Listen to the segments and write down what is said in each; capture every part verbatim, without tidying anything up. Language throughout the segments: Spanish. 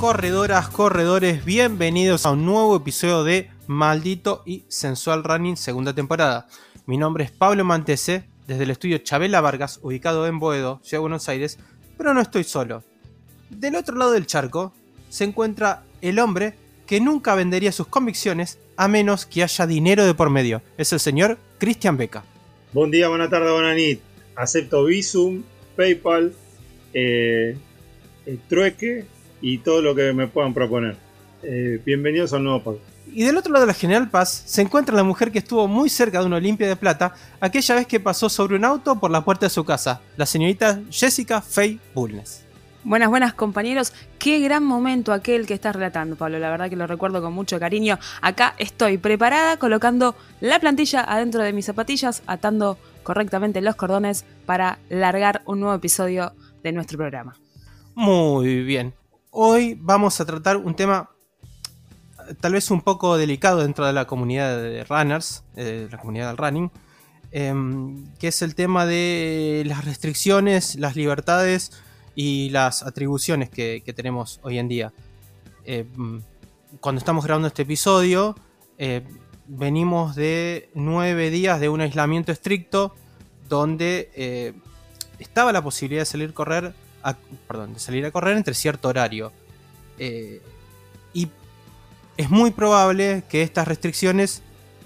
Corredoras, corredores, bienvenidos a un nuevo episodio de Maldito y Sensual Running, segunda temporada. Mi nombre es Pablo Mantese, desde el estudio Chabela Vargas, ubicado en Boedo, Ciudad de Buenos Aires, pero no estoy solo. Del otro lado del charco se encuentra el hombre que nunca vendería sus convicciones a menos que haya dinero de por medio. Es el señor Cristian Beca. Buen día, buena tarde, buena nit. Acepto Bizum, PayPal, eh, eh, trueque y todo lo que me puedan proponer. Eh, bienvenidos a un nuevo podcast. Y del otro lado de la General Paz se encuentra la mujer que estuvo muy cerca de una Olimpia de Plata aquella vez que pasó sobre un auto por la puerta de su casa, la señorita Jessica Faye Bulnes. Buenas, buenas compañeros. Qué gran momento aquel que estás relatando, Pablo. La verdad que lo recuerdo con mucho cariño. Acá estoy preparada, colocando la plantilla adentro de mis zapatillas, atando correctamente los cordones para largar un nuevo episodio de nuestro programa. Muy bien. Hoy vamos a tratar un tema tal vez un poco delicado dentro de la comunidad de runners, de la comunidad del running, eh, que es el tema de las restricciones, las libertades y las atribuciones que, que tenemos hoy en día. Eh, cuando estamos grabando este episodio, eh, venimos de nueve días de un aislamiento estricto donde eh, estaba la posibilidad de salir a correr, a, perdón, de salir a correr entre cierto horario. Eh, y es muy probable que estas restricciones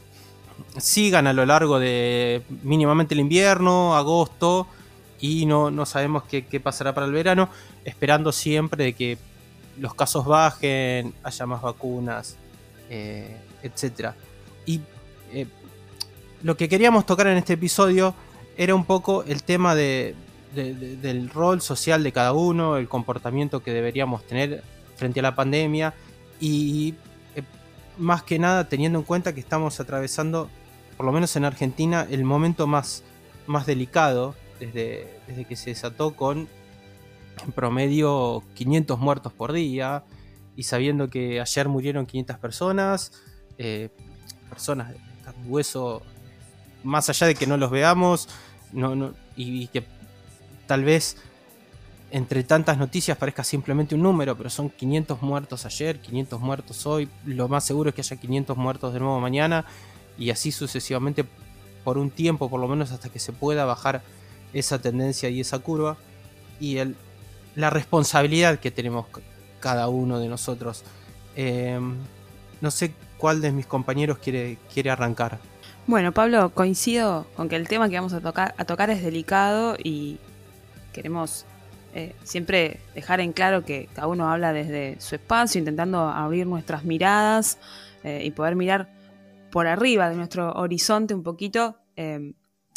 sigan a lo largo de mínimamente el invierno, agosto, y no, no sabemos qué, qué pasará para el verano, esperando siempre de que los casos bajen, haya más vacunas, eh, etcétera. Y eh, lo que queríamos tocar en este episodio era un poco el tema de, de, de, del rol social de cada uno, el comportamiento que deberíamos tener frente a la pandemia y eh, más que nada teniendo en cuenta que estamos atravesando, por lo menos en Argentina, el momento más, más delicado desde, desde que se desató, con en promedio quinientos muertos por día, y sabiendo que ayer murieron quinientas personas, eh, personas de carne y hueso, más allá de que no los veamos, no, no, y, y que tal vez entre tantas noticias parezca simplemente un número, pero son quinientos muertos ayer, quinientos muertos hoy, lo más seguro es que haya quinientos muertos de nuevo mañana, y así sucesivamente por un tiempo, por lo menos hasta que se pueda bajar esa tendencia y esa curva, y el, la responsabilidad que tenemos cada uno de nosotros. Eh, no sé cuál de mis compañeros quiere, quiere arrancar. Bueno, Pablo, coincido con que el tema que vamos a tocar, a tocar es delicado y queremos eh, siempre dejar en claro que cada uno habla desde su espacio, intentando abrir nuestras miradas eh, y poder mirar por arriba de nuestro horizonte un poquito, eh,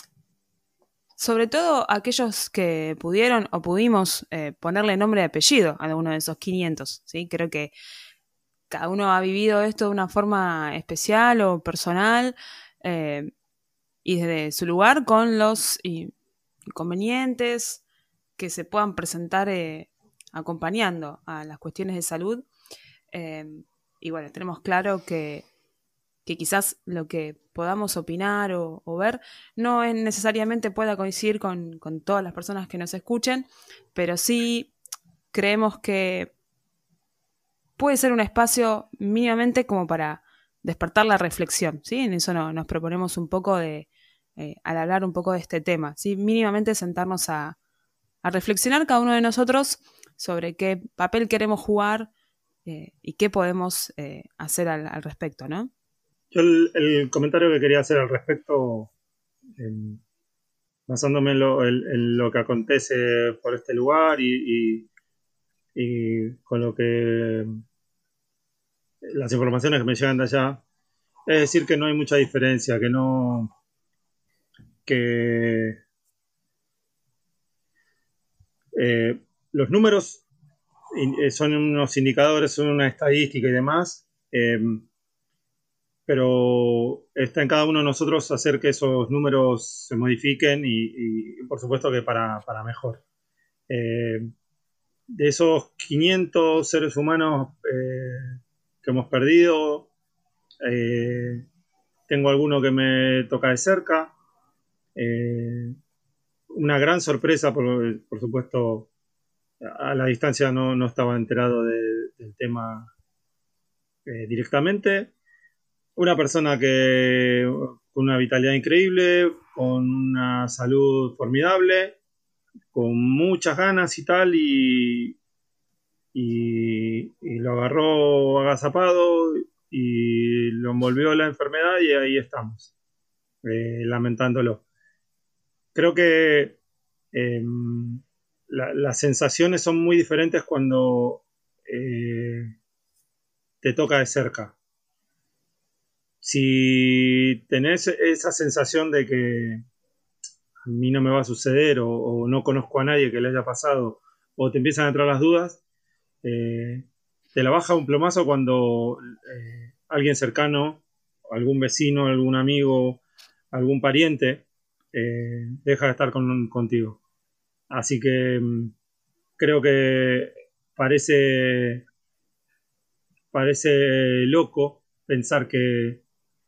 sobre todo aquellos que pudieron o pudimos eh, ponerle nombre y apellido a alguno de esos quinientos, ¿sí? Creo que cada uno ha vivido esto de una forma especial o personal, eh, y desde su lugar con los inconvenientes que se puedan presentar eh, acompañando a las cuestiones de salud. Eh, y bueno, tenemos claro que que quizás lo que podamos opinar o, o ver no es necesariamente pueda coincidir con, con todas las personas que nos escuchen, pero sí creemos que puede ser un espacio mínimamente como para despertar la reflexión, ¿sí? En eso no, nos proponemos un poco de, eh, al hablar un poco de este tema, ¿sí? Mínimamente sentarnos a, a reflexionar cada uno de nosotros sobre qué papel queremos jugar eh, y qué podemos eh, hacer al, al respecto, ¿no? Yo el, el comentario que quería hacer al respecto, eh, basándome en lo, en, en lo que acontece por este lugar y, y, y con lo que las informaciones que me llegan de allá, es decir que no hay mucha diferencia, que no que eh, los números son unos indicadores, son una estadística y demás, eh, pero está en cada uno de nosotros hacer que esos números se modifiquen y, y por supuesto que para, para mejor. Eh, de esos quinientos seres humanos eh, que hemos perdido, eh, tengo alguno que me toca de cerca. Eh, una gran sorpresa, por, por supuesto, a la distancia no, no estaba enterado de, del tema eh, directamente. Una persona que con una vitalidad increíble, con una salud formidable, con muchas ganas y tal, y, y, y lo agarró agazapado y lo envolvió la enfermedad y ahí estamos, eh, lamentándolo. Creo que eh, la, las sensaciones son muy diferentes cuando eh, te toca de cerca. Si tenés esa sensación de que a mí no me va a suceder o, o no conozco a nadie que le haya pasado o te empiezan a entrar las dudas, eh, te la baja un plomazo cuando eh, alguien cercano, algún vecino, algún amigo, algún pariente eh, deja de estar con, contigo. Así que mm, creo que parece, parece loco pensar que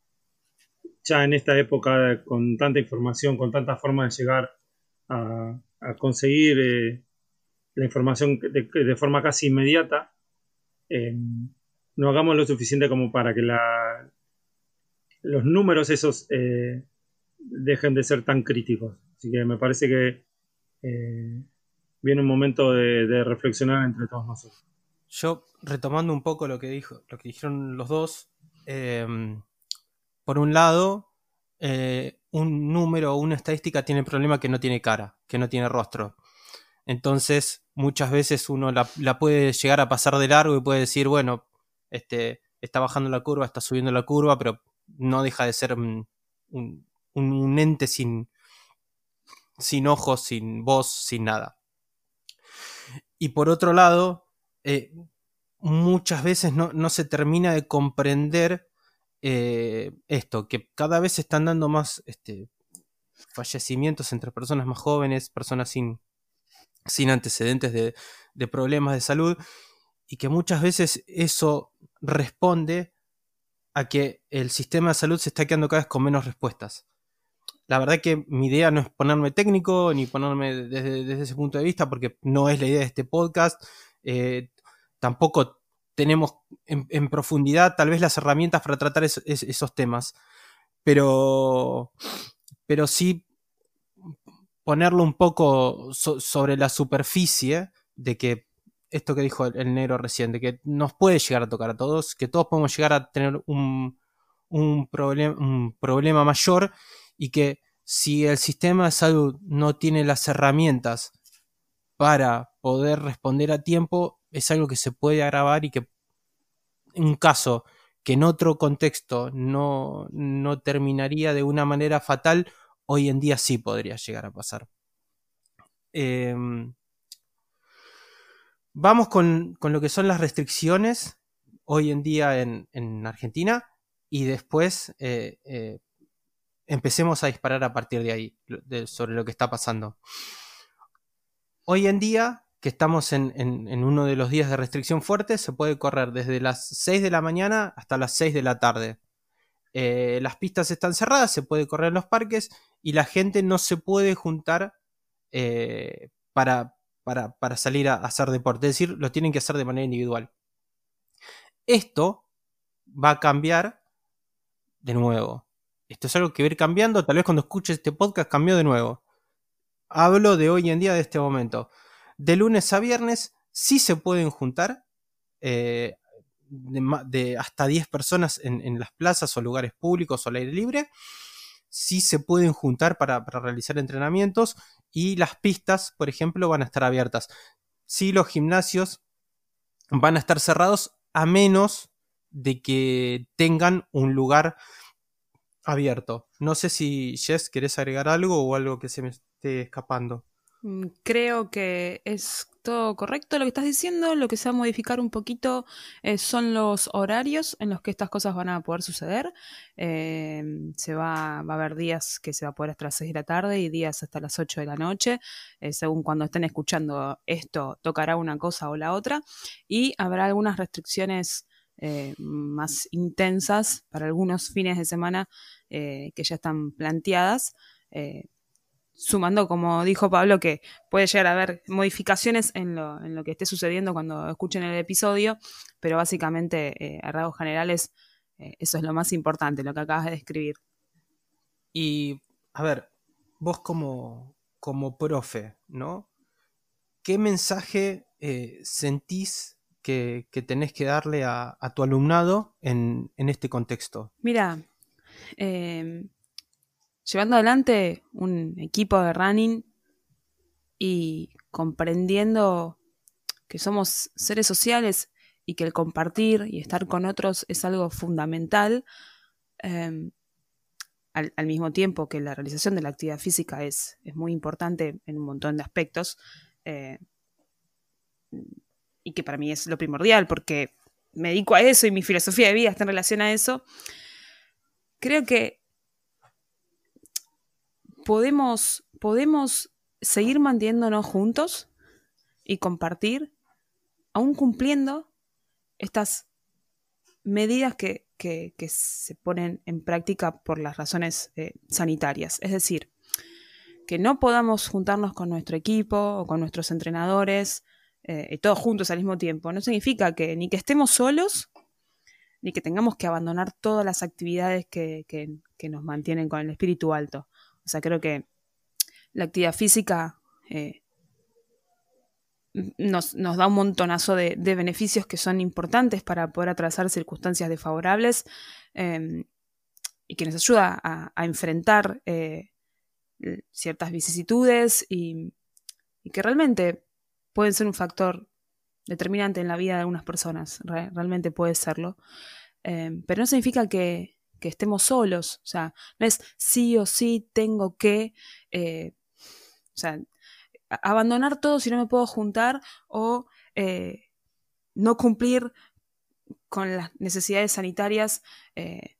ya en esta época, con tanta información, con tantas formas de llegar a, a conseguir eh, la información de, de, forma casi inmediata, eh, no hagamos lo suficiente como para que la, los números esos eh, dejen de ser tan críticos. Así que me parece que eh, viene un momento de, de reflexionar entre todos nosotros. Yo, retomando un poco lo que dijo, lo que dijeron los dos, eh, por un lado, eh, un número o una estadística tiene el problema que no tiene cara, que no tiene rostro. Entonces, muchas veces uno la, la puede llegar a pasar de largo y puede decir, bueno, este, está bajando la curva, está subiendo la curva, pero no deja de ser un, un, un ente sin, sin ojos, sin voz, sin nada. Y por otro lado, eh, muchas veces no, no se termina de comprender eh, esto, que cada vez se están dando más este, fallecimientos entre personas más jóvenes, personas sin, sin antecedentes de, de problemas de salud, y que muchas veces eso responde a que el sistema de salud se está quedando cada vez con menos respuestas. La verdad que mi idea no es ponerme técnico ni ponerme desde, desde ese punto de vista, porque no es la idea de este podcast. Eh, tampoco tenemos en, en profundidad tal vez las herramientas para tratar es, es, esos temas, pero, pero sí ponerlo un poco so, sobre la superficie de que esto que dijo el, el negro recién, de que nos puede llegar a tocar a todos, que todos podemos llegar a tener un, un, problem, un problema mayor, y que si el sistema de salud no tiene las herramientas para poder responder a tiempo, es algo que se puede agravar, y que un caso que en otro contexto no, no terminaría de una manera fatal, hoy en día sí podría llegar a pasar. Eh, vamos con, con lo que son las restricciones hoy en día en, en Argentina, y después eh, eh, empecemos a disparar a partir de ahí de, sobre lo que está pasando. Hoy en día, que estamos en, en, en uno de los días de restricción fuerte, se puede correr desde las seis de la mañana hasta las seis de la tarde. Eh, las pistas están cerradas, se puede correr en los parques, y la gente no se puede juntar eh, para, para, para salir a hacer deporte. Es decir, lo tienen que hacer de manera individual. Esto va a cambiar de nuevo. Esto es algo que va a ir cambiando. Tal vez cuando escuches este podcast cambió de nuevo. Hablo de hoy en día, de este momento. De lunes a viernes sí se pueden juntar eh, de, de hasta diez personas en, en las plazas o lugares públicos o al aire libre. Sí se pueden juntar para, para realizar entrenamientos, y las pistas, por ejemplo, van a estar abiertas. Sí, los gimnasios van a estar cerrados a menos de que tengan un lugar abierto. No sé si, Jess, querés agregar algo o algo que se me esté escapando. Creo que es todo correcto lo que estás diciendo. Lo que se va a modificar un poquito eh, son los horarios en los que estas cosas van a poder suceder. Eh, se va, va a haber días que se va a poder hasta las seis de la tarde y días hasta las ocho de la noche. Eh, según cuando estén escuchando esto, tocará una cosa o la otra. Y habrá algunas restricciones eh, más intensas para algunos fines de semana eh, que ya están planteadas. Eh, sumando, como dijo Pablo, que puede llegar a haber modificaciones en lo, en lo que esté sucediendo cuando escuchen el episodio, pero básicamente, eh, a rasgos generales, eh, eso es lo más importante, lo que acabas de describir. Y, a ver, vos como, como profe, ¿no? ¿Qué mensaje eh, sentís que, que tenés que darle a, a tu alumnado en, en este contexto? Mira, eh, llevando adelante un equipo de running y comprendiendo que somos seres sociales y que el compartir y estar con otros es algo fundamental, eh, al, al mismo tiempo que la realización de la actividad física es, es muy importante en un montón de aspectos, eh, y que para mí es lo primordial porque me dedico a eso y mi filosofía de vida está en relación a eso. Creo que podemos, podemos seguir manteniéndonos juntos y compartir, aún cumpliendo estas medidas que, que, que se ponen en práctica por las razones eh, sanitarias. Es decir, que no podamos juntarnos con nuestro equipo o con nuestros entrenadores, eh, todos juntos al mismo tiempo. No significa que ni que estemos solos, ni que tengamos que abandonar todas las actividades que, que, que nos mantienen con el espíritu alto. O sea, creo que la actividad física eh, nos, nos da un montonazo de, de beneficios que son importantes para poder atravesar circunstancias desfavorables, eh, y que nos ayuda a, a enfrentar eh, ciertas vicisitudes y, y que realmente pueden ser un factor determinante en la vida de algunas personas. Re, realmente puede serlo. Eh, pero no significa que, que estemos solos. O sea, no es sí o sí tengo que... Eh, o sea, abandonar todo si no me puedo juntar o eh, no cumplir con las necesidades sanitarias eh,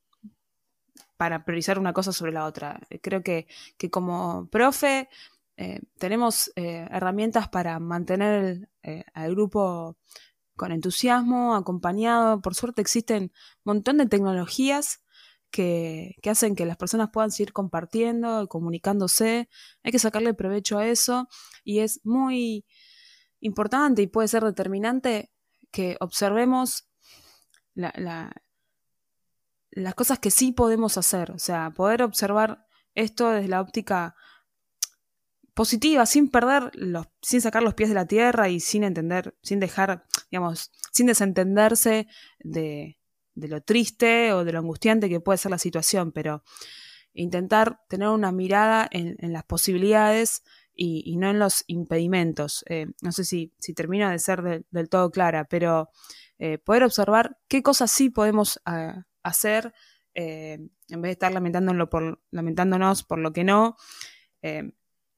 para priorizar una cosa sobre la otra. Creo que, que como profe eh, tenemos eh, herramientas para mantener eh, al grupo con entusiasmo, acompañado. Por suerte existen un montón de tecnologías que, que hacen que las personas puedan seguir compartiendo y comunicándose. Hay que sacarle provecho a eso y es muy importante y puede ser determinante que observemos la, la, las cosas que sí podemos hacer. O sea, poder observar esto desde la óptica positiva, sin perder los, sin sacar los pies de la tierra y sin entender, sin dejar, digamos, sin desentenderse de, de lo triste o de lo angustiante que puede ser la situación, pero intentar tener una mirada en, en las posibilidades y, y no en los impedimentos. Eh, no sé si, si termino de ser de, del todo clara, pero eh, poder observar qué cosas sí podemos uh, hacer eh, en vez de estar lamentándolo por, lamentándonos por lo que no. Eh,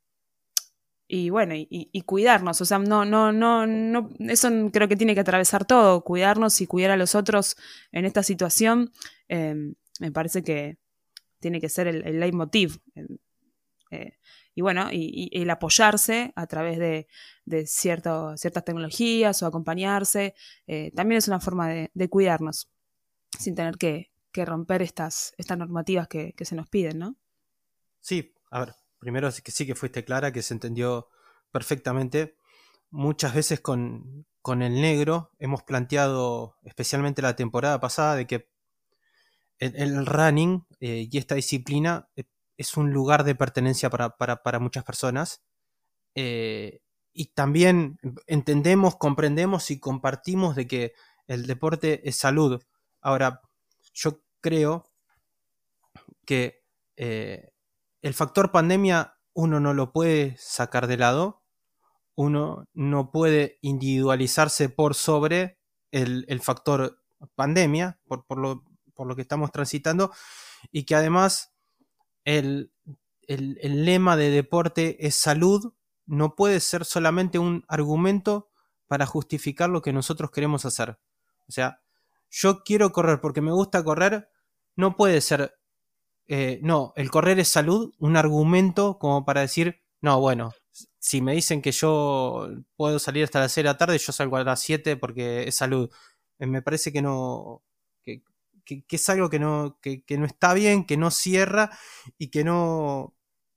Y bueno, y, y cuidarnos, o sea, no, no, no, no, eso creo que tiene que atravesar todo, cuidarnos y cuidar a los otros en esta situación, eh, me parece que tiene que ser el, el leitmotiv. Eh, y bueno, y, y el apoyarse a través de, de cierto, ciertas tecnologías o acompañarse, eh, también es una forma de, de cuidarnos, sin tener que, que romper estas, estas normativas que, que se nos piden, ¿no? Sí, a ver. Primero que sí que fuiste clara, que se entendió perfectamente. Muchas veces con, con el negro hemos planteado, especialmente la temporada pasada, de que el, el running eh, y esta disciplina eh, es un lugar de pertenencia para, para, para muchas personas. Eh, y también entendemos, comprendemos y compartimos de que el deporte es salud. Ahora, yo creo que... Eh, el factor pandemia uno no lo puede sacar de lado, uno no puede individualizarse por sobre el, el factor pandemia, por, por, lo, por lo que estamos transitando, y que además el, el, el lema de deporte es salud, no puede ser solamente un argumento para justificar lo que nosotros queremos hacer. O sea, yo quiero correr porque me gusta correr, no puede ser... Eh, no, el correr es salud, un argumento como para decir, no, bueno, si me dicen que yo puedo salir hasta las seis de la tarde, yo salgo a las siete porque es salud. Eh, me parece que no, que, que, que es algo que no, que, que no está bien, que no cierra y que no,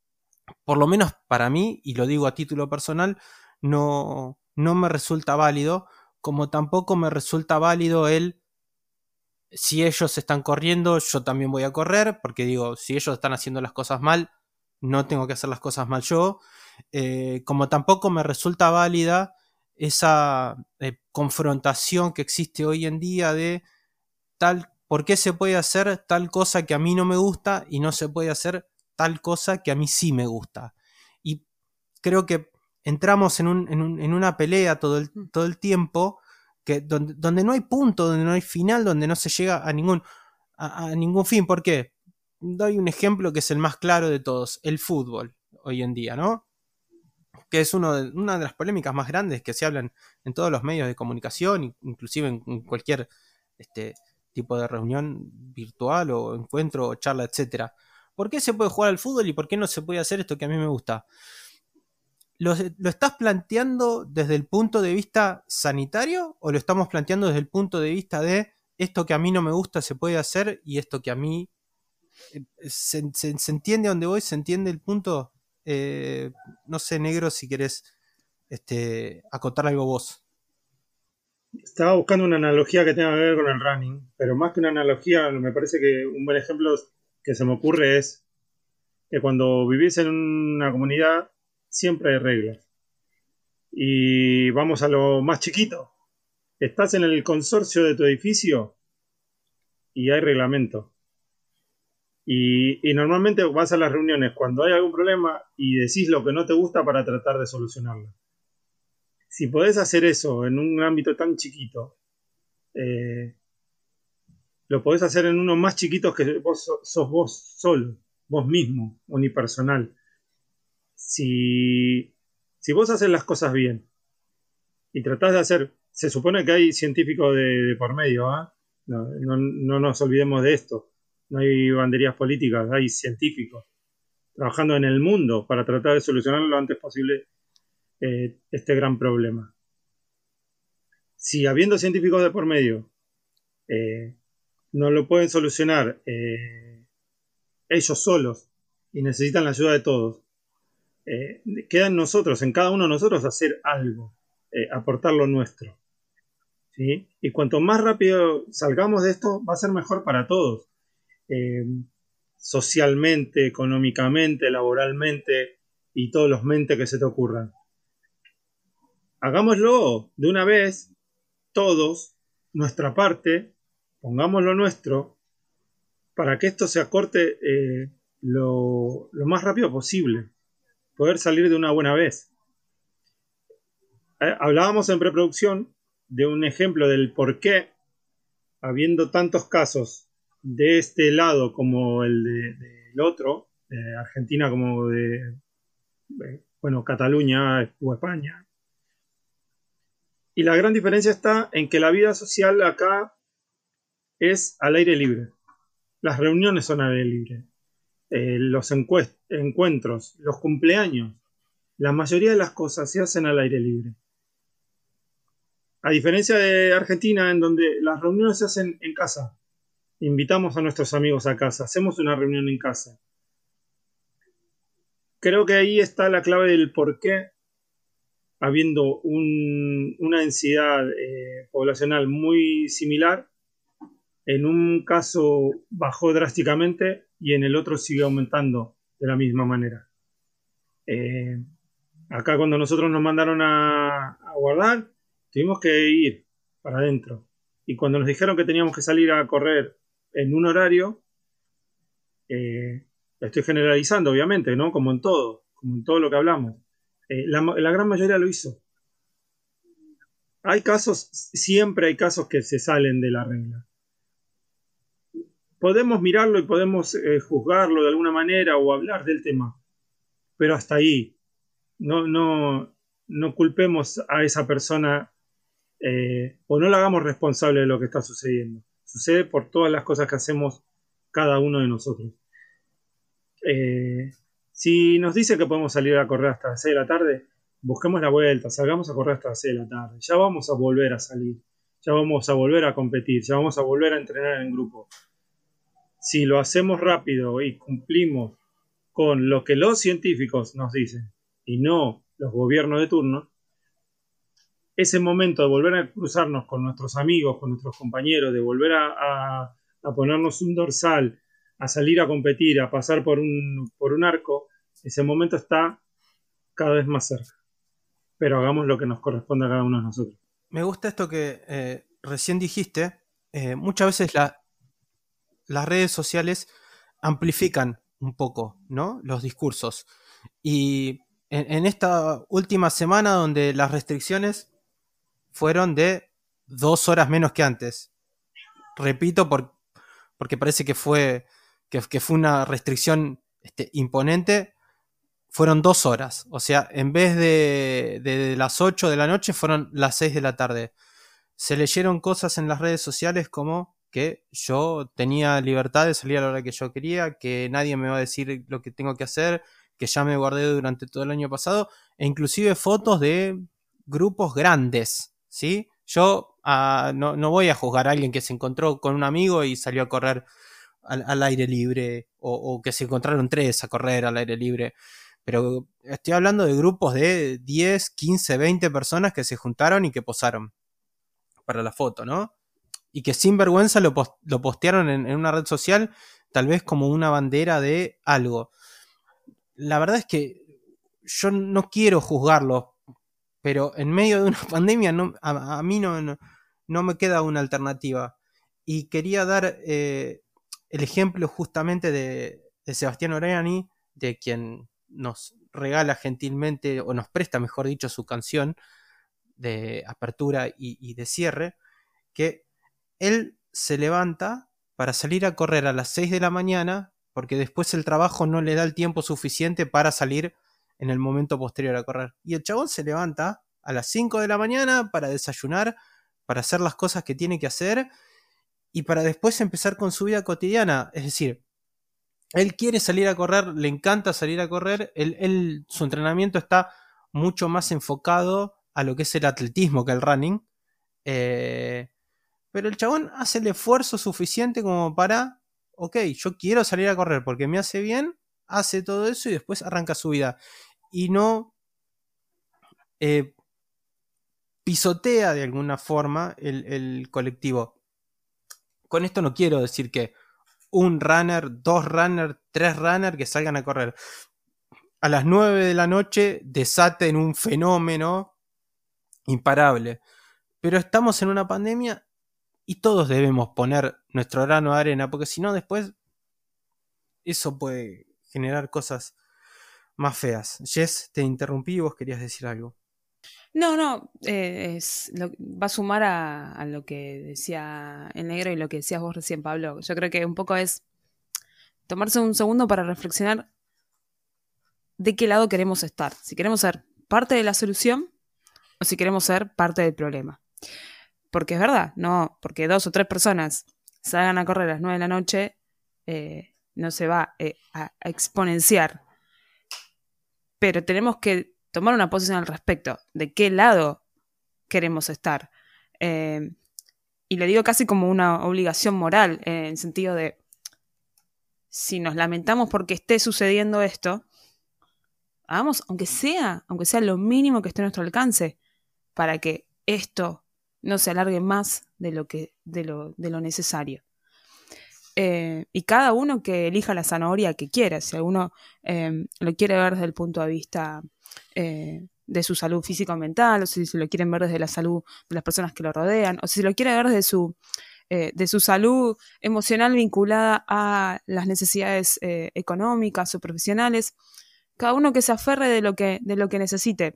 por lo menos para mí, y lo digo a título personal, no, no me resulta válido, como tampoco me resulta válido el, si ellos están corriendo, yo también voy a correr, porque digo, si ellos están haciendo las cosas mal, no tengo que hacer las cosas mal yo. Eh, como tampoco me resulta válida esa eh, confrontación que existe hoy en día de tal, ¿por qué se puede hacer tal cosa que a mí no me gusta y no se puede hacer tal cosa que a mí sí me gusta? Y creo que entramos en, un, en, un, en una pelea todo el, todo el tiempo que, donde, donde no hay punto, donde no hay final, donde no se llega a ningún, a, a ningún fin. ¿Por qué? Doy un ejemplo que es el más claro de todos, el fútbol hoy en día, ¿no? Que es uno de, una de las polémicas más grandes que se hablan en todos los medios de comunicación, inclusive en, en cualquier este, tipo de reunión virtual o encuentro o charla, etcétera. ¿Por qué se puede jugar al fútbol y por qué no se puede hacer esto que a mí me gusta? ¿Lo, ¿Lo estás planteando desde el punto de vista sanitario o lo estamos planteando desde el punto de vista de esto que a mí no me gusta se puede hacer y esto que a mí... eh, ¿Se, se, se entiende a dónde voy? ¿Se entiende el punto? Eh, no sé, negro, si querés este, acotar algo vos. Estaba buscando una analogía que tenga que ver con el running, pero más que una analogía, me parece que un buen ejemplo que se me ocurre es que cuando vivís en una comunidad siempre hay reglas. Y vamos a lo más chiquito. Estás en el consorcio de tu edificio y hay reglamento. Y, y normalmente vas a las reuniones cuando hay algún problema y decís lo que no te gusta para tratar de solucionarlo. Si podés hacer eso en un ámbito tan chiquito, eh, lo podés hacer en unos más chiquitos que vos sos vos solo, vos mismo, unipersonal. Si, si vos haces las cosas bien y tratás de hacer, se supone que hay científicos de, de por medio, ¿eh? no, no, no nos olvidemos de esto, no hay banderías políticas, hay científicos trabajando en el mundo para tratar de solucionar lo antes posible eh, este gran problema. Si habiendo científicos de por medio eh, no lo pueden solucionar eh, ellos solos y necesitan la ayuda de todos, eh, queda en nosotros, en cada uno de nosotros hacer algo, eh, aportar lo nuestro, ¿sí? Y cuanto más rápido salgamos de esto va a ser mejor para todos, eh, socialmente, económicamente, laboralmente y todos los mentes que se te ocurran. Hagámoslo de una vez, todos, nuestra parte, pongamos lo nuestro, para que esto se acorte eh, lo, lo más rápido posible, poder salir de una buena vez. Eh, hablábamos en preproducción de un ejemplo del por qué, habiendo tantos casos de este lado como el del de, otro, de Argentina como de, de, bueno, Cataluña o España. Y la gran diferencia está en que la vida social acá es al aire libre. Las reuniones son al aire libre. Eh, los encuentros, los cumpleaños, la mayoría de las cosas se hacen al aire libre. A diferencia de Argentina, en donde las reuniones se hacen en casa. Invitamos a nuestros amigos a casa, hacemos una reunión en casa. Creo que ahí está la clave del por qué, habiendo un, una densidad eh, poblacional muy similar, en un caso bajó drásticamente y en el otro sigue aumentando de la misma manera. Eh, acá cuando nosotros nos mandaron a, a guardar, tuvimos que ir para adentro. Y cuando nos dijeron que teníamos que salir a correr en un horario, eh, estoy generalizando obviamente, ¿no? Como en todo, como en todo lo que hablamos. Eh, la, la gran mayoría lo hizo. Hay casos, siempre hay casos que se salen de la regla. Podemos mirarlo y podemos eh, juzgarlo de alguna manera o hablar del tema, pero hasta ahí. No, no, no culpemos a esa persona eh, o no la hagamos responsable de lo que está sucediendo. Sucede por todas las cosas que hacemos cada uno de nosotros. Eh, si nos dice que podemos salir a correr hasta las seis de la tarde, busquemos la vuelta, salgamos a correr hasta las seis de la tarde. Ya vamos a volver a salir, ya vamos a volver a competir, ya vamos a volver a entrenar en grupo. Si lo hacemos rápido y cumplimos con lo que los científicos nos dicen y no los gobiernos de turno, ese momento de volver a cruzarnos con nuestros amigos, con nuestros compañeros, de volver a, a, a ponernos un dorsal, a salir a competir, a pasar por un, por un arco, ese momento está cada vez más cerca. Pero hagamos lo que nos corresponde a cada uno de nosotros. Me gusta esto que eh, recién dijiste. Eh, muchas veces la, las redes sociales amplifican un poco, ¿no?, los discursos. Y en, en esta última semana donde las restricciones fueron de dos horas menos que antes. Repito, por, porque parece que fue, que, que fue una restricción este, imponente. Fueron dos horas. O sea, en vez de, de las ocho de la noche, fueron las seis de la tarde. Se leyeron cosas en las redes sociales como que yo tenía libertad de salir a la hora que yo quería, que nadie me va a decir lo que tengo que hacer, que ya me guardé durante todo el año pasado, e inclusive fotos de grupos grandes, ¿sí? Yo uh, no, no voy a juzgar a alguien que se encontró con un amigo y salió a correr al, al aire libre, o, o que se encontraron tres a correr al aire libre. Pero estoy hablando de grupos de diez, quince, veinte personas que se juntaron y que posaron para la foto, ¿no? Y que sin vergüenza lo, post- lo postearon en, en una red social, tal vez como una bandera de algo. La verdad es que yo no quiero juzgarlo, pero en medio de una pandemia no, a, a mí no, no, no me queda una alternativa. Y quería dar eh, el ejemplo justamente de, de Sebastián Orellani, de quien nos regala gentilmente, o nos presta, mejor dicho, su canción de apertura y, y de cierre, que él se levanta para salir a correr a las seis de la mañana, porque después el trabajo no le da el tiempo suficiente para salir en el momento posterior a correr. Y el chabón se levanta a las cinco de la mañana para desayunar, para hacer las cosas que tiene que hacer y para después empezar con su vida cotidiana. Es decir, él quiere salir a correr, le encanta salir a correr, él, él, su entrenamiento está mucho más enfocado a lo que es el atletismo que el running. Eh, pero el chabón hace el esfuerzo suficiente como para, ok, yo quiero salir a correr porque me hace bien, hace todo eso y después arranca su vida. Y no eh, pisotea de alguna forma el, el colectivo. Con esto no quiero decir que un runner, dos runners, tres runners que salgan a correr a las nueve de la noche desaten un fenómeno imparable. Pero estamos en una pandemia y todos debemos poner nuestro grano de arena, porque si no después eso puede generar cosas más feas. Jess, te interrumpí y vos querías decir algo. No, no, eh, es lo, va a sumar a, a lo que decía el negro y lo que decías vos recién, Pablo. Yo creo que un poco es tomarse un segundo para reflexionar de qué lado queremos estar. Si queremos ser parte de la solución o si queremos ser parte del problema. Porque es verdad, no, porque dos o tres personas salgan a correr a las nueve de la noche, eh, no se va eh, a, a exponenciar. Pero tenemos que tomar una posición al respecto, de qué lado queremos estar. Eh, y lo digo casi como una obligación moral, eh, en el sentido de, si nos lamentamos porque esté sucediendo esto, hagamos, aunque sea, aunque sea lo mínimo que esté a nuestro alcance, para que esto no se alargue más de lo, que, de lo, de lo necesario. Eh, y cada uno que elija la zanahoria que quiera. Si alguno eh, lo quiere ver desde el punto de vista eh, de su salud física o mental, o si se lo quieren ver desde la salud de las personas que lo rodean, o si lo quiere ver desde su, eh, de su salud emocional vinculada a las necesidades eh, económicas o profesionales, cada uno que se aferre de lo que, de lo que necesite.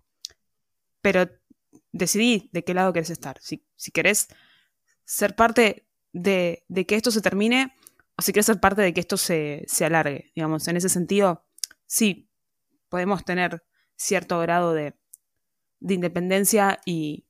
Pero decidí de qué lado querés estar. Si, si querés ser parte de, de que esto se termine, o si querés ser parte de que esto se, se alargue. Digamos, en ese sentido, sí, podemos tener cierto grado de, de independencia y,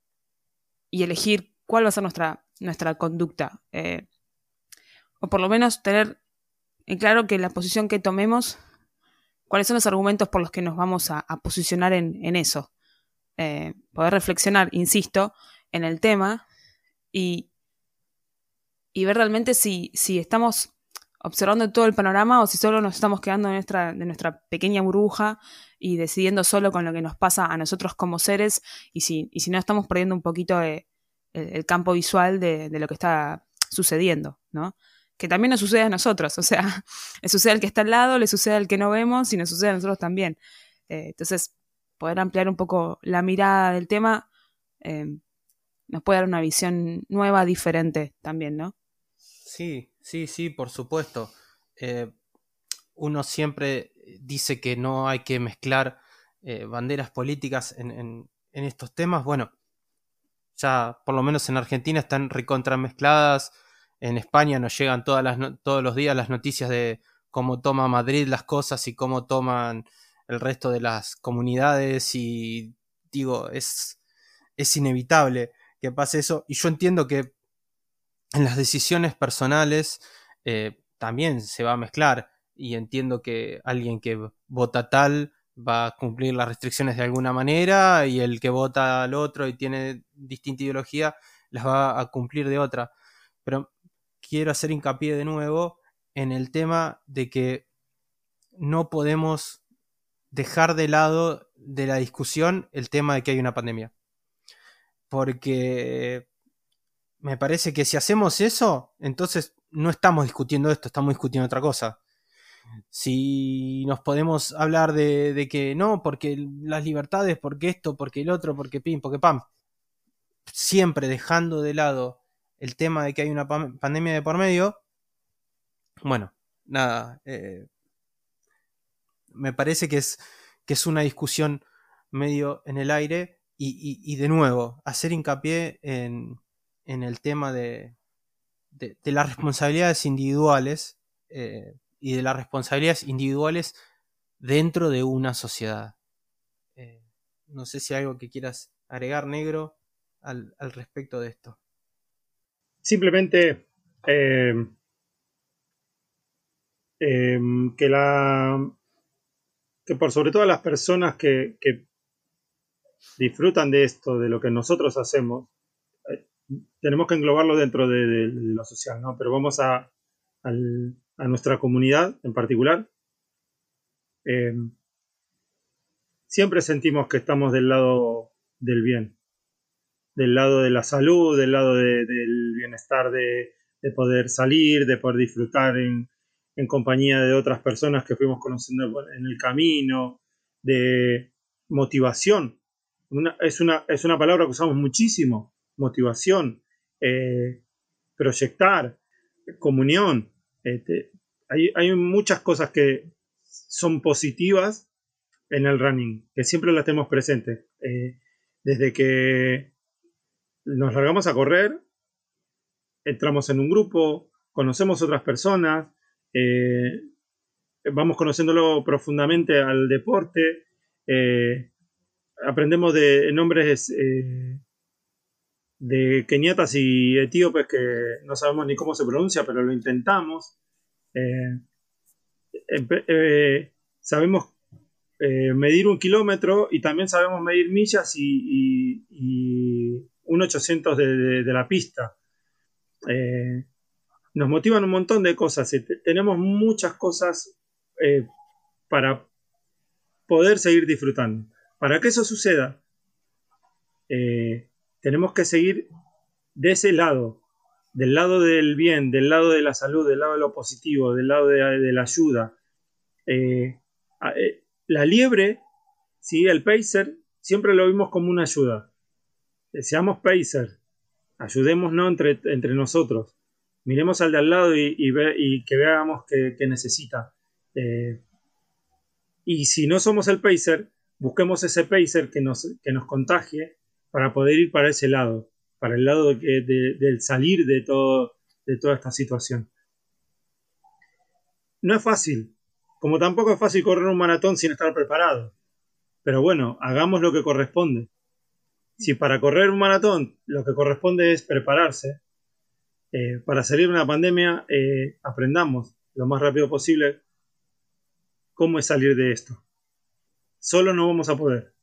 y elegir cuál va a ser nuestra, nuestra conducta. Eh, o por lo menos tener en claro que la posición que tomemos, cuáles son los argumentos por los que nos vamos a, a posicionar en, en eso. Eh, poder reflexionar, insisto, en el tema y, y ver realmente si, si estamos observando todo el panorama o si solo nos estamos quedando en nuestra, de nuestra pequeña burbuja y decidiendo solo con lo que nos pasa a nosotros como seres y si, y si no estamos perdiendo un poquito de, el, el campo visual de, de lo que está sucediendo, ¿no? Que también nos sucede a nosotros, o sea, le sucede al que está al lado, le sucede al que no vemos y nos sucede a nosotros también. Eh, entonces, poder ampliar un poco la mirada del tema eh, nos puede dar una visión nueva, diferente también, ¿no? Sí, sí, sí, por supuesto. Eh, uno siempre dice que no hay que mezclar eh, banderas políticas en, en, en estos temas. Bueno, ya por lo menos en Argentina están recontramezcladas. En España nos llegan todas las no- todos los días las noticias de cómo toma Madrid las cosas y cómo toman el resto de las comunidades. Y digo, es, es inevitable que pase eso. Y yo entiendo que en las decisiones personales eh, también se va a mezclar y entiendo que alguien que vota tal va a cumplir las restricciones de alguna manera y el que vota al otro y tiene distinta ideología las va a cumplir de otra. Pero quiero hacer hincapié de nuevo en el tema de que no podemos dejar de lado de la discusión el tema de que hay una pandemia. Porque me parece que si hacemos eso, entonces no estamos discutiendo esto, estamos discutiendo otra cosa. Si nos podemos hablar de, de que no, porque las libertades, porque esto, porque el otro, porque pim, porque pam, siempre dejando de lado el tema de que hay una pam- pandemia de por medio, bueno, nada, eh, me parece que es, que es una discusión medio en el aire y, y, y de nuevo, hacer hincapié en, en el tema de, de, de las responsabilidades individuales eh, y de las responsabilidades individuales dentro de una sociedad. Eh, no sé si hay algo que quieras agregar, Negro, al, al respecto de esto. Simplemente eh, eh, que la que por sobre todo las personas que, que disfrutan de esto, de lo que nosotros hacemos, eh, tenemos que englobarlo dentro de, de, de lo social, ¿no? Pero vamos a, al, a nuestra comunidad en particular. Eh, siempre sentimos que estamos del lado del bien, del lado de la salud, del lado de, del bienestar de, de, poder salir, de poder disfrutar en, en compañía de otras personas que fuimos conociendo en el camino, de motivación. Una, es, una, es una palabra que usamos muchísimo, motivación, eh, proyectar, comunión. Este, hay, hay muchas cosas que son positivas en el running, que siempre las tenemos presentes. Eh, desde que nos largamos a correr, entramos en un grupo, conocemos otras personas, eh, vamos conociéndolo profundamente al deporte, eh, aprendemos de nombres eh, de keniatas y etíopes que no sabemos ni cómo se pronuncia, pero lo intentamos. Eh, eh, sabemos eh, medir un kilómetro y también sabemos medir millas y, y, y un ochocientos de, de, de la pista. Eh, nos motivan un montón de cosas. Eh, tenemos muchas cosas eh, para poder seguir disfrutando. Para que eso suceda, eh, tenemos que seguir de ese lado, del lado del bien, del lado de la salud, del lado de lo positivo, del lado de, de la ayuda. Eh, eh, la liebre, ¿sí? El pacer, siempre lo vimos como una ayuda. Eh, seamos pacer, ayudémonos entre, entre nosotros. Miremos al de al lado y, y, ve, y que veamos que, que necesita. Eh, y si no somos el pacer, busquemos ese pacer que nos, que nos contagie para poder ir para ese lado, para el lado de, de, del salir de, todo, de toda esta situación. No es fácil, como tampoco es fácil correr un maratón sin estar preparado. Pero bueno, hagamos lo que corresponde. Si para correr un maratón lo que corresponde es prepararse, eh, para salir de una pandemia, eh, aprendamos lo más rápido posible cómo es salir de esto. Solo no vamos a poder.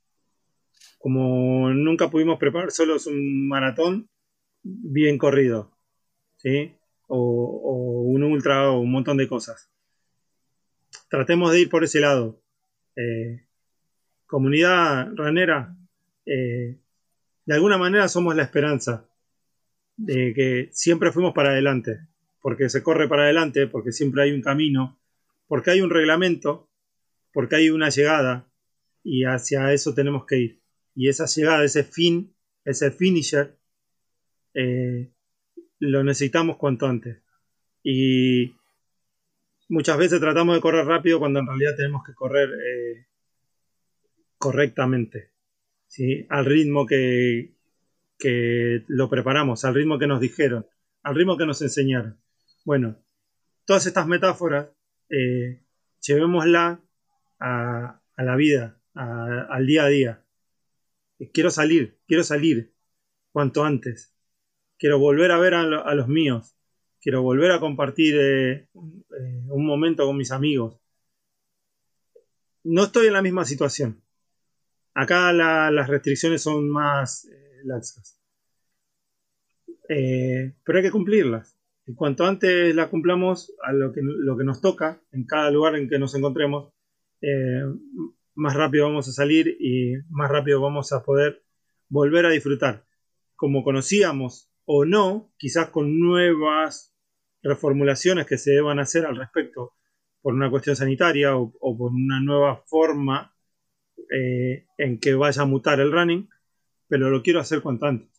Como nunca pudimos preparar solos un maratón bien corrido, ¿sí? o, o un ultra o un montón de cosas. Tratemos de ir por ese lado. Eh, comunidad ranera, eh, de alguna manera somos la esperanza de que siempre fuimos para adelante, porque se corre para adelante, porque siempre hay un camino, porque hay un reglamento, porque hay una llegada y hacia eso tenemos que ir. Y esa llegada, ese fin, ese finisher, eh, lo necesitamos cuanto antes. Y muchas veces tratamos de correr rápido cuando en realidad tenemos que correr eh, correctamente, ¿sí? Al ritmo que, que lo preparamos, al ritmo que nos dijeron, al ritmo que nos enseñaron. Bueno, todas estas metáforas, eh, llevémosla a, a la vida, a, al día a día. Quiero salir, quiero salir cuanto antes. Quiero volver a ver a, lo, a los míos. Quiero volver a compartir eh, eh, un momento con mis amigos. No estoy en la misma situación. Acá la, las restricciones son más eh, laxas. Eh, pero hay que cumplirlas. Y cuanto antes las cumplamos a lo que, lo que nos toca en cada lugar en que nos encontremos, eh, más rápido vamos a salir y más rápido vamos a poder volver a disfrutar. Como conocíamos o no, quizás con nuevas reformulaciones que se deban hacer al respecto por una cuestión sanitaria o, o por una nueva forma eh, en que vaya a mutar el running, pero lo quiero hacer cuanto antes.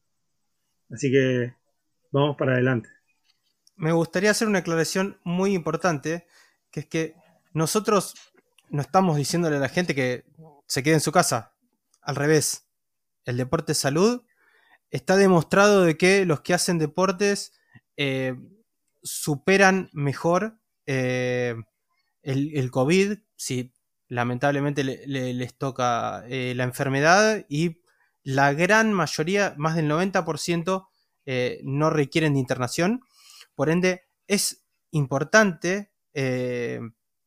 Así que vamos para adelante. Me gustaría hacer una aclaración muy importante, que es que nosotros no estamos diciéndole a la gente que se quede en su casa. Al revés, el deporte es salud. Está demostrado de que los que hacen deportes eh, superan mejor eh, el, el COVID, si lamentablemente le, le, les toca eh, la enfermedad, y la gran mayoría, más del noventa por ciento, eh, no requieren de internación. Por ende, es importante, eh,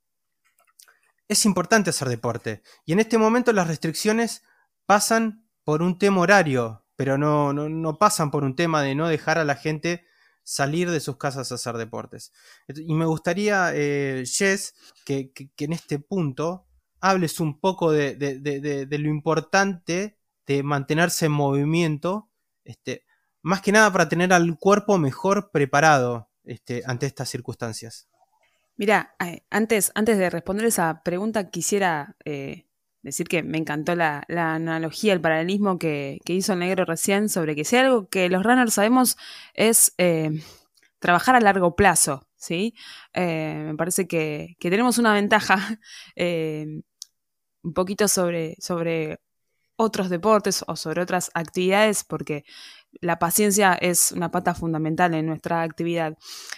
es importante hacer deporte. Y en este momento las restricciones pasan por un tema horario, pero no, no, no pasan por un tema de no dejar a la gente salir de sus casas a hacer deportes. Y me gustaría, eh, Jess, que, que, que en este punto hables un poco de, de, de, de, de lo importante de mantenerse en movimiento, este, más que nada para tener al cuerpo mejor preparado este, ante estas circunstancias. Mira, antes, antes de responder esa pregunta quisiera eh, decir que me encantó la, la analogía, el paralelismo que, que hizo el negro recién sobre que si algo que los runners sabemos es eh, trabajar a largo plazo, ¿sí? Eh, me parece que, que tenemos una ventaja eh, un poquito sobre, sobre otros deportes o sobre otras actividades, porque la paciencia es una pata fundamental en nuestra actividad.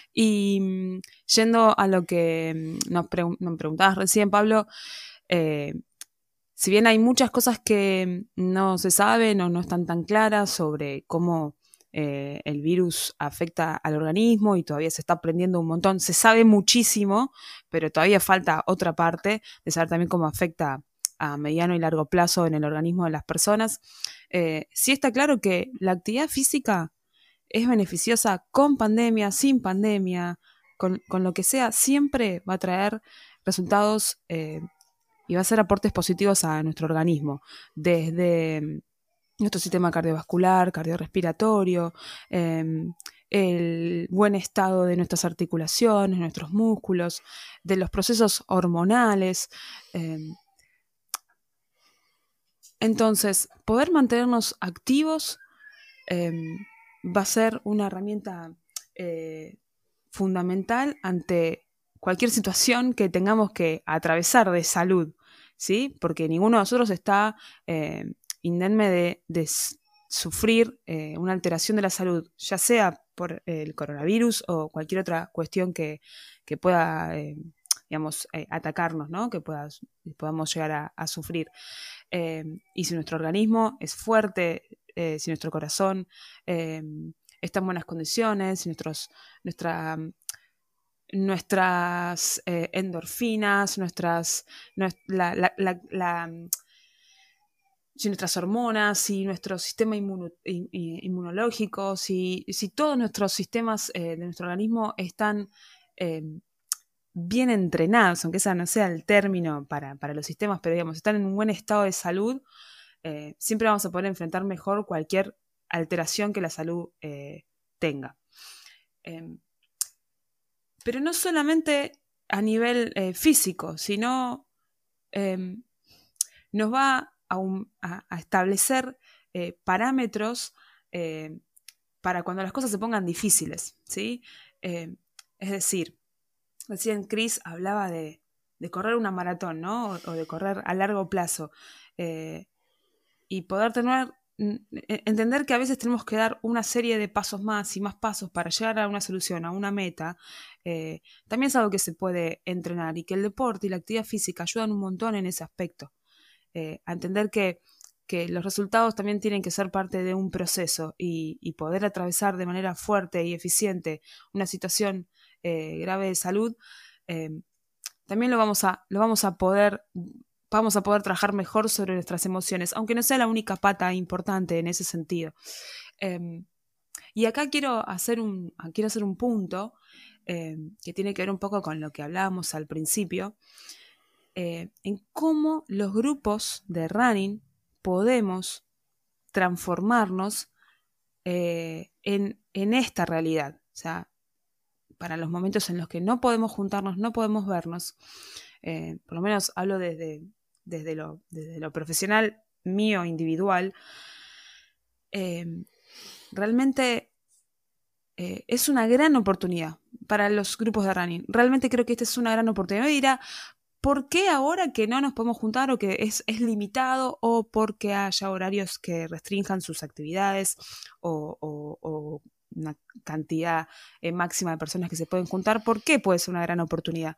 Y yendo a lo que nos, pre nos preguntabas recién, Pablo, eh, si bien hay muchas cosas que no se saben o no están tan claras sobre cómo eh, el virus afecta al organismo y todavía se está aprendiendo un montón, se sabe muchísimo, pero todavía falta otra parte de saber también cómo afecta a mediano y largo plazo en el organismo de las personas. Eh, sí está claro que la actividad física es beneficiosa con pandemia, sin pandemia, con, con lo que sea, siempre va a traer resultados eh, y va a hacer aportes positivos a nuestro organismo, desde nuestro sistema cardiovascular, cardiorrespiratorio, eh, el buen estado de nuestras articulaciones, nuestros músculos, de los procesos hormonales. Eh, Entonces, poder mantenernos activos eh, va a ser una herramienta eh, fundamental ante cualquier situación que tengamos que atravesar de salud, ¿sí? Porque ninguno de nosotros está eh, indemne de, de sufrir eh, una alteración de la salud, ya sea por el coronavirus o cualquier otra cuestión que, que pueda, eh, digamos, eh, atacarnos, ¿no? Que pueda, podamos llegar a, a sufrir. Eh, y si nuestro organismo es fuerte, eh, si nuestro corazón eh, está en buenas condiciones, si nuestros, nuestra, nuestras eh, endorfinas, nuestras, nuestra, la, la, la, la, si nuestras hormonas, si nuestro sistema inmuno, in, inmunológico, si, si todos nuestros sistemas eh, de nuestro organismo están eh, bien entrenados, aunque ese no sea el término para, para los sistemas, pero digamos, están en un buen estado de salud, eh, siempre vamos a poder enfrentar mejor cualquier alteración que la salud eh, tenga. Eh, pero no solamente a nivel eh, físico, sino eh, nos va a, un, a, a establecer eh, parámetros eh, para cuando las cosas se pongan difíciles, ¿sí? Eh, es decir, recién Chris hablaba de, de correr una maratón, ¿no? O, o de correr a largo plazo. Eh, y poder tener, entender que a veces tenemos que dar una serie de pasos más y más pasos para llegar a una solución, a una meta, eh, también es algo que se puede entrenar y que el deporte y la actividad física ayudan un montón en ese aspecto. Eh, a entender que, que los resultados también tienen que ser parte de un proceso y, y poder atravesar de manera fuerte y eficiente una situación eh, grave de salud, eh, también lo vamos a, lo vamos a poder... vamos a poder trabajar mejor sobre nuestras emociones, aunque no sea la única pata importante en ese sentido. Eh, y acá quiero hacer un, quiero hacer un punto eh, que tiene que ver un poco con lo que hablábamos al principio, eh, en cómo los grupos de running podemos transformarnos eh, en, en esta realidad. O sea, para los momentos en los que no podemos juntarnos, no podemos vernos, eh, por lo menos hablo desde, desde, lo, desde lo profesional mío, individual, eh, realmente eh, es una gran oportunidad para los grupos de running. Realmente creo que esta es una gran oportunidad. Me dirá, ¿por qué ahora que no nos podemos juntar o que es, es limitado o porque haya horarios que restrinjan sus actividades o, o, o una cantidad eh, máxima de personas que se pueden juntar? ¿Por qué puede ser una gran oportunidad?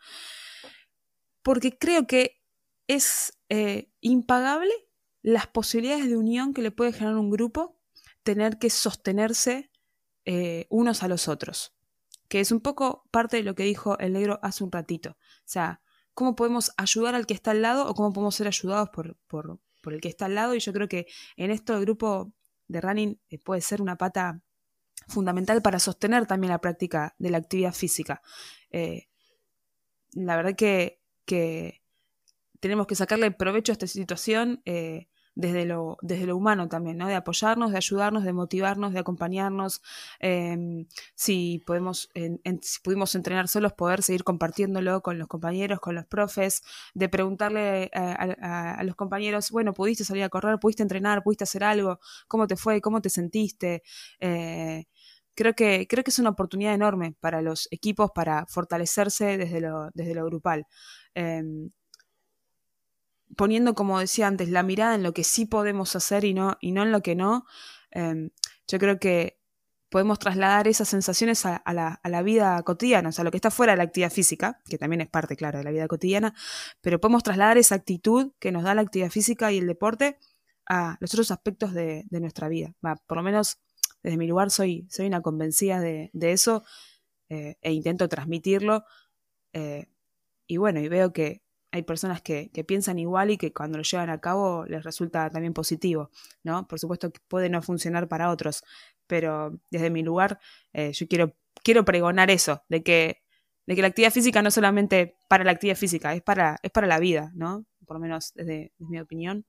Porque creo que es eh, impagable las posibilidades de unión que le puede generar un grupo tener que sostenerse eh, unos a los otros, que es un poco parte de lo que dijo el negro hace un ratito. O sea, cómo podemos ayudar al que está al lado o cómo podemos ser ayudados por, por, por el que está al lado, y yo creo que en esto el grupo de running eh, puede ser una pata fundamental para sostener también la práctica de la actividad física. Eh, la verdad que, que tenemos que sacarle provecho a esta situación eh, desde, lo, desde lo humano también, ¿no? De apoyarnos, de ayudarnos, de motivarnos, de acompañarnos. Eh, si, podemos, en, en, si pudimos entrenar solos, poder seguir compartiéndolo con los compañeros, con los profes, de preguntarle a, a, a los compañeros, bueno, ¿pudiste salir a correr? ¿Pudiste entrenar? ¿Pudiste hacer algo? ¿Cómo te fue? ¿Cómo te sentiste? Eh, Creo que, creo que es una oportunidad enorme para los equipos para fortalecerse desde lo, desde lo grupal. Eh, poniendo, como decía antes, la mirada en lo que sí podemos hacer y no, y no en lo que no, eh, yo creo que podemos trasladar esas sensaciones a, a, la, a la vida cotidiana, o sea, lo que está fuera de la actividad física, que también es parte, claro, de la vida cotidiana, pero podemos trasladar esa actitud que nos da la actividad física y el deporte a los otros aspectos de, de nuestra vida. Va, por lo menos desde mi lugar soy, soy una convencida de, de eso eh, e intento transmitirlo. Eh, y bueno, y veo que hay personas que, que piensan igual y que cuando lo llevan a cabo les resulta también positivo, ¿no? Por supuesto que puede no funcionar para otros, pero desde mi lugar eh, yo quiero, quiero pregonar eso, de que, de que la actividad física no solamente para la actividad física, es para, es para la vida, ¿no? Por lo menos desde, desde mi opinión,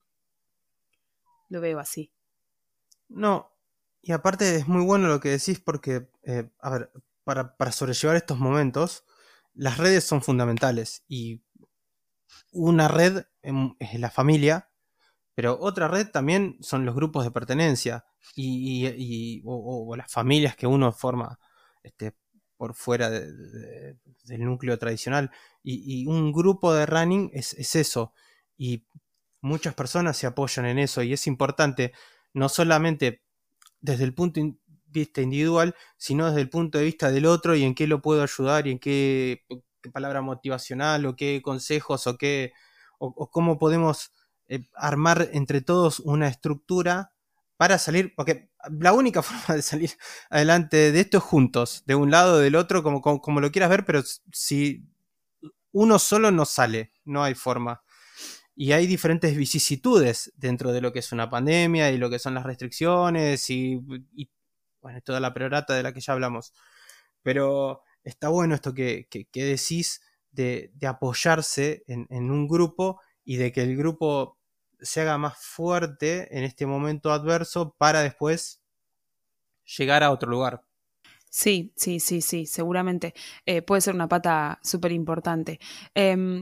lo veo así. No, y aparte es muy bueno lo que decís porque, eh, a ver, para, para sobrellevar estos momentos, las redes son fundamentales y una red es la familia, pero otra red también son los grupos de pertenencia y, y, y o, o las familias que uno forma este, por fuera de, de, del núcleo tradicional. Y, y un grupo de running es, es eso. Y muchas personas se apoyan en eso y es importante no solamente desde el punto de vista individual, sino desde el punto de vista del otro y en qué lo puedo ayudar y en qué, qué palabra motivacional o qué consejos o qué o, o cómo podemos eh, armar entre todos una estructura para salir, porque la única forma de salir adelante de esto es juntos, de un lado o del otro, como, como, como lo quieras ver, pero si uno solo no sale, no hay forma. y hay diferentes vicisitudes dentro de lo que es una pandemia y lo que son las restricciones y, y bueno, toda la perorata de la que ya hablamos. Pero está bueno esto que, que, que decís de, de apoyarse en, en un grupo y de que el grupo se haga más fuerte en este momento adverso para después llegar a otro lugar. Sí, sí, sí, sí, seguramente. Eh, puede ser una pata súper importante. Eh,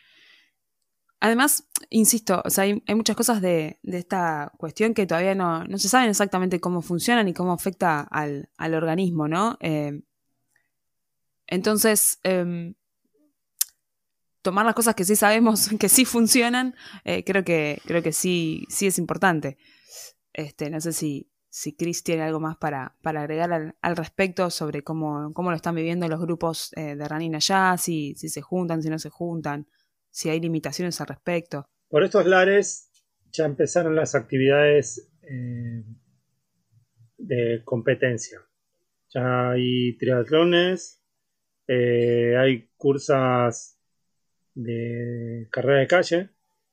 además, insisto, o sea, hay, hay muchas cosas de, de esta cuestión que todavía no, no se saben exactamente cómo funcionan y cómo afecta al, al organismo, ¿no? Eh, entonces, eh, tomar las cosas que sí sabemos que sí funcionan, eh, creo que, creo que sí, sí es importante. Este, no sé si, si Chris tiene algo más para, para agregar al, al respecto sobre cómo, cómo lo están viviendo los grupos eh, de running allá, si, si se juntan, si no se juntan, si hay limitaciones al respecto. Por estos lares ya empezaron las actividades eh, de competencia. Ya hay triatlones, eh, hay cursas de carrera de calle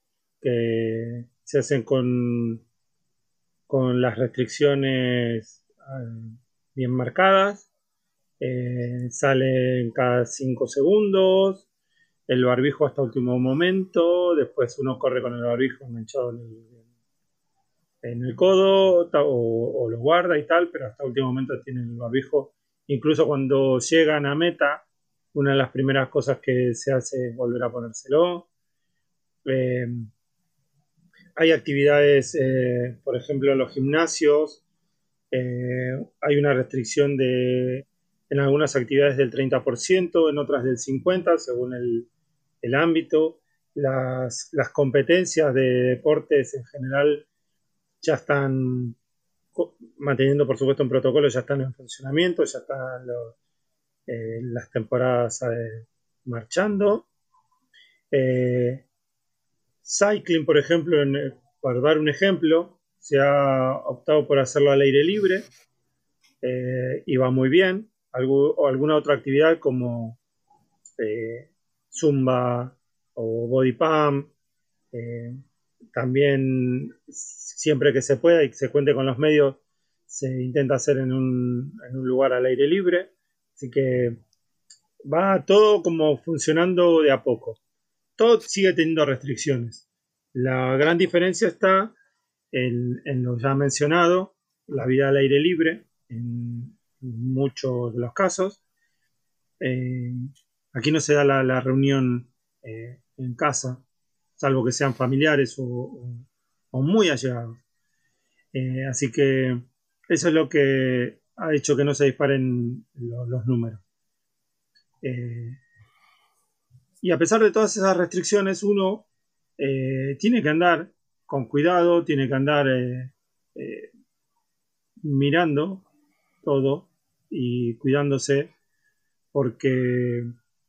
que se hacen con, con las restricciones eh, bien marcadas. Eh, salen cada cinco segundos, el barbijo hasta último momento, después uno corre con el barbijo enganchado en el, en el codo o, o lo guarda y tal, pero hasta último momento tiene el barbijo. Incluso cuando llegan a meta, una de las primeras cosas que se hace es volver a ponérselo. Eh, hay actividades, eh, por ejemplo, en los gimnasios, eh, hay una restricción de, en algunas actividades del treinta por ciento, en otras del cincuenta por ciento, según el, el ámbito. Las, las competencias de deportes en general ya están manteniendo, por supuesto, un protocolo, ya están en funcionamiento, ya están los, eh, las temporadas eh, marchando. Eh, cycling, por ejemplo, en, para dar un ejemplo, se ha optado por hacerlo al aire libre eh, y va muy bien. Algo, o alguna otra actividad como eh, zumba o body pump, eh, también siempre que se pueda y que se cuente con los medios se intenta hacer en un, en un lugar al aire libre, así que va todo como funcionando de a poco. Todo sigue teniendo restricciones. La gran diferencia está en, en lo ya mencionado, la vida al aire libre, en muchos de los casos. Eh, aquí no se da la, la reunión eh, en casa, salvo que sean familiares o, o, o muy allegados. Eh, así que eso es lo que ha hecho que no se disparen lo, los números. Eh, y a pesar de todas esas restricciones, uno eh, tiene que andar con cuidado, tiene que andar eh, eh, mirando todo y cuidándose, porque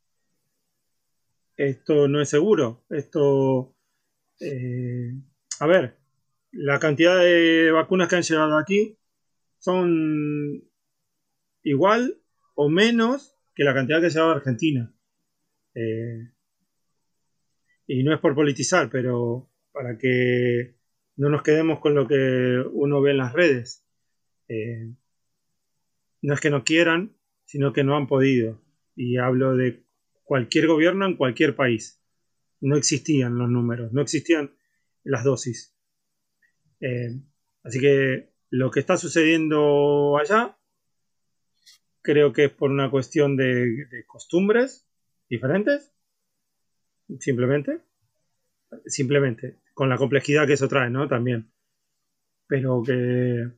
esto no es seguro. Esto, eh, a ver, la cantidad de vacunas que han llegado aquí son igual o menos que la cantidad que ha llegado a Argentina. Eh, y no es por politizar, pero para que no nos quedemos con lo que uno ve en las redes. Eh, no es que no quieran, sino que no han podido. Y hablo de cualquier gobierno en cualquier país. No existían los números, no existían las dosis. Eh, así que lo que está sucediendo allá creo que es por una cuestión de, de costumbres diferentes, simplemente, simplemente, con la complejidad que eso trae, ¿no? También. Pero que,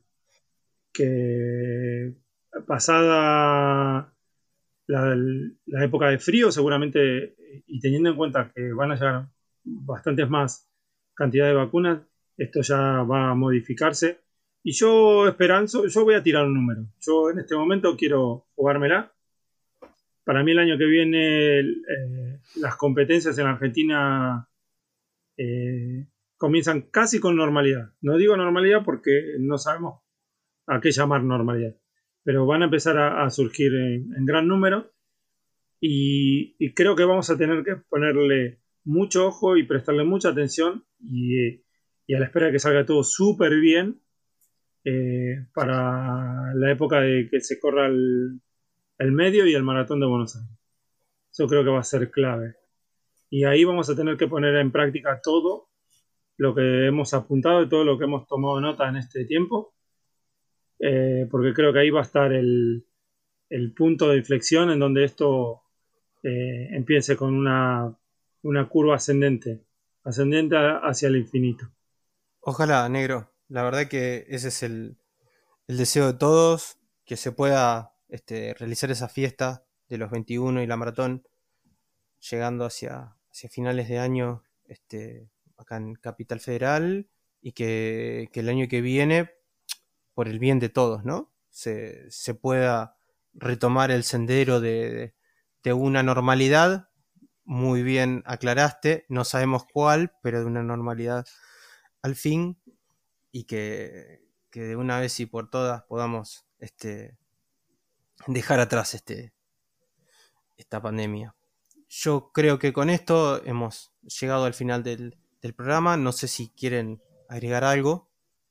que pasada la, la época de frío, seguramente, y teniendo en cuenta que van a llegar bastantes más cantidad de vacunas, esto ya va a modificarse. Y yo esperanzo, yo voy a tirar un número. Yo en este momento quiero jugármela. Para mí el año que viene eh, las competencias en Argentina eh, comienzan casi con normalidad. No digo normalidad porque no sabemos a qué llamar normalidad, pero van a empezar a, a surgir en, en gran número y, y creo que vamos a tener que ponerle mucho ojo y prestarle mucha atención y, y a la espera de que salga todo súper bien eh, para la época de que se corra el, el medio y el maratón de Buenos Aires. Eso creo que va a ser clave. Y ahí vamos a tener que poner en práctica todo lo que hemos apuntado y todo lo que hemos tomado nota en este tiempo, eh, porque creo que ahí va a estar el, el punto de inflexión en donde esto eh, empiece con una, una curva ascendente, ascendente hacia el infinito. Ojalá, negro. La verdad que ese es el, el deseo de todos, que se pueda este, realizar esa fiesta de los veintiuno y la maratón, llegando hacia, hacia finales de año este, acá en Capital Federal, y que, que el año que viene, por el bien de todos, ¿no? Se, se pueda retomar el sendero de, de, de una normalidad. Muy bien aclaraste, no sabemos cuál, pero de una normalidad al fin, y que, que de una vez y por todas podamos este, dejar atrás este, esta pandemia. Yo creo que con esto hemos llegado al final del, del programa. No sé si quieren agregar algo.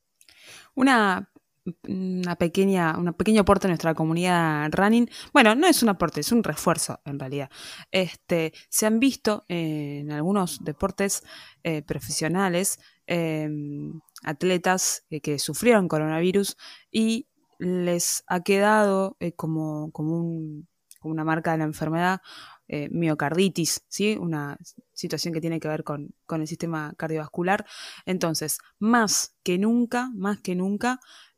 Una, una pequeña, un pequeño aporte a nuestra comunidad running. Bueno, no es un aporte, es un refuerzo en realidad. Este, se han visto eh, en algunos deportes eh, profesionales eh, atletas eh, que sufrieron coronavirus y les ha quedado eh, como, como, un, como una marca de la enfermedad eh, miocarditis, ¿sí? Una situación que tiene que ver con, con el sistema cardiovascular. Entonces, más que nunca, más que nunca,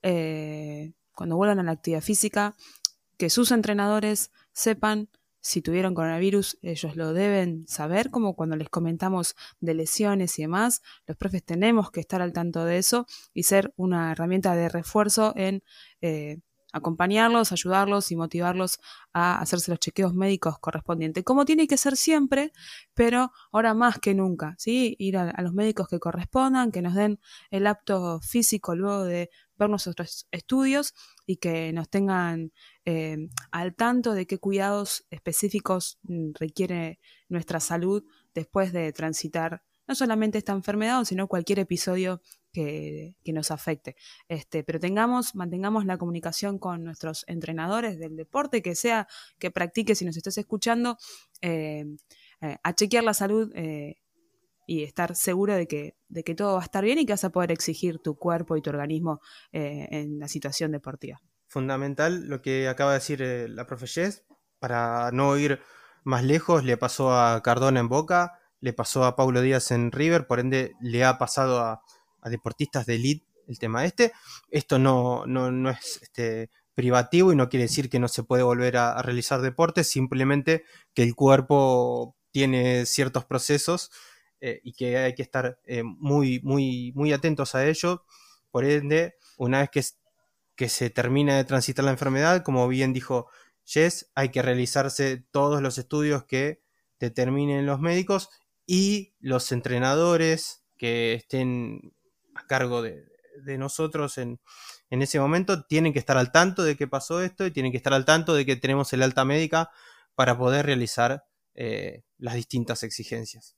eh, cuando vuelvan a la actividad física, que sus entrenadores sepan si tuvieron coronavirus, ellos lo deben saber, como cuando les comentamos de lesiones y demás, los profes tenemos que estar al tanto de eso y ser una herramienta de refuerzo en eh, acompañarlos, ayudarlos y motivarlos a hacerse los chequeos médicos correspondientes, como tiene que ser siempre, pero ahora más que nunca, ¿sí? Ir a, a los médicos que correspondan, que nos den el apto físico luego de ver nuestros estudios y que nos tengan eh, al tanto de qué cuidados específicos requiere nuestra salud después de transitar no solamente esta enfermedad, sino cualquier episodio que, que nos afecte. Este, pero tengamos, mantengamos la comunicación con nuestros entrenadores del deporte, que sea que practique, si nos estás escuchando, eh, eh, a chequear la salud eh, y estar seguro de que, de que todo va a estar bien y que vas a poder exigir tu cuerpo y tu organismo eh, en la situación deportiva. Fundamental lo que acaba de decir eh, la profe Jess. Para no ir más lejos, le pasó a Cardona en Boca, le pasó a Paulo Díaz en River, por ende le ha pasado a, a deportistas de elite el tema este. Esto no, no, no es este, privativo y no quiere decir que no se puede volver a, a realizar deportes, simplemente que el cuerpo tiene ciertos procesos eh, y que hay que estar eh, muy, muy, muy atentos a ello. Por ende, una vez que, que se termina de transitar la enfermedad, como bien dijo Jess, hay que realizarse todos los estudios que determinen los médicos, y los entrenadores que estén a cargo de, de nosotros en, en ese momento tienen que estar al tanto de que pasó esto y tienen que estar al tanto de que tenemos el alta médica para poder realizar eh, las distintas exigencias.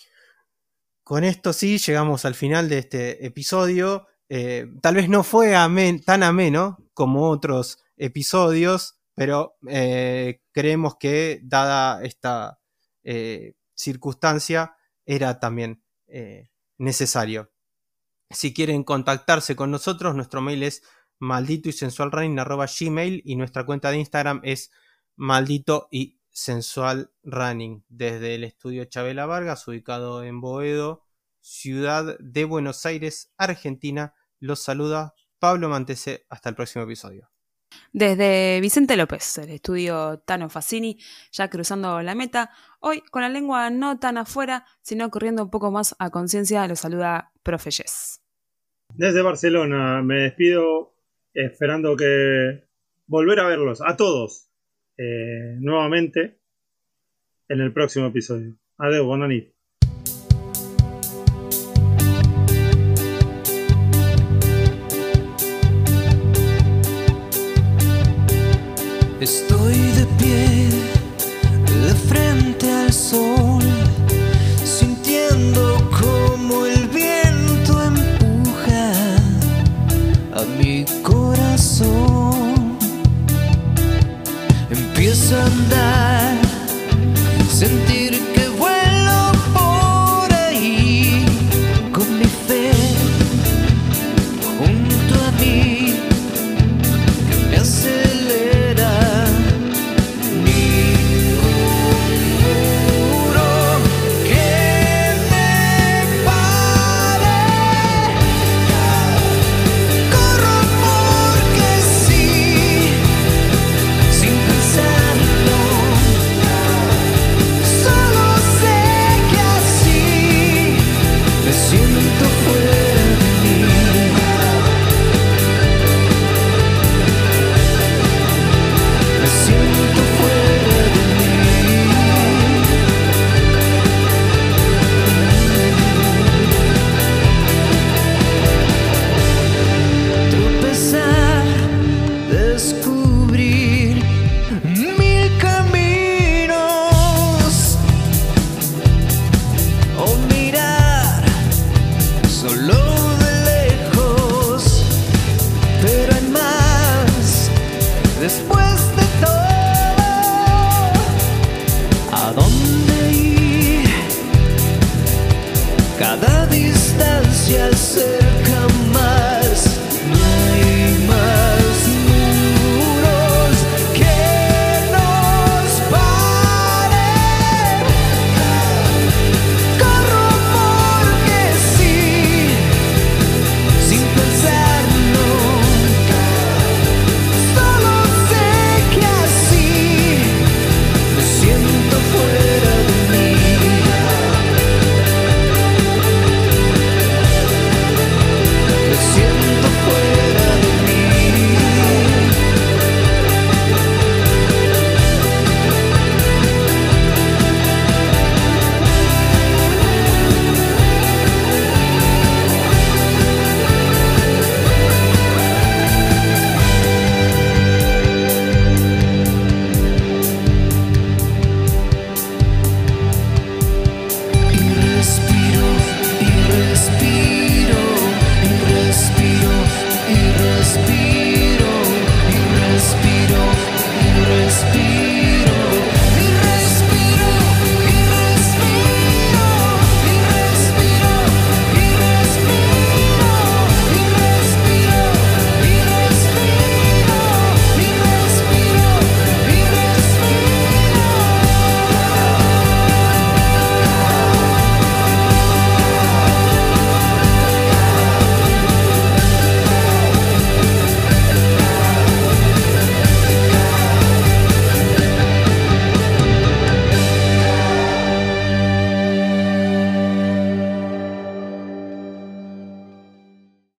Con esto sí llegamos al final de este episodio. Eh, tal vez no fue amen, tan ameno como otros episodios, pero eh, creemos que dada esta eh, circunstancia era también eh, necesario. Si quieren contactarse con nosotros, nuestro mail es maldito y sensual running arroba gmail y nuestra cuenta de Instagram es maldito y sensual running. Desde el estudio Chabela Vargas, ubicado en Boedo, ciudad de Buenos Aires, Argentina, los saluda Pablo Mantese. Hasta el próximo episodio. Desde Vicente López, el estudio Tano Fassini, ya cruzando la meta, hoy con la lengua no tan afuera, sino corriendo un poco más a conciencia, los saluda Profe Jess. Desde Barcelona me despido esperando que volver a verlos a todos eh, nuevamente en el próximo episodio. Adeu, bona nit. Estoy de pie, de frente al sol, sin se acerca.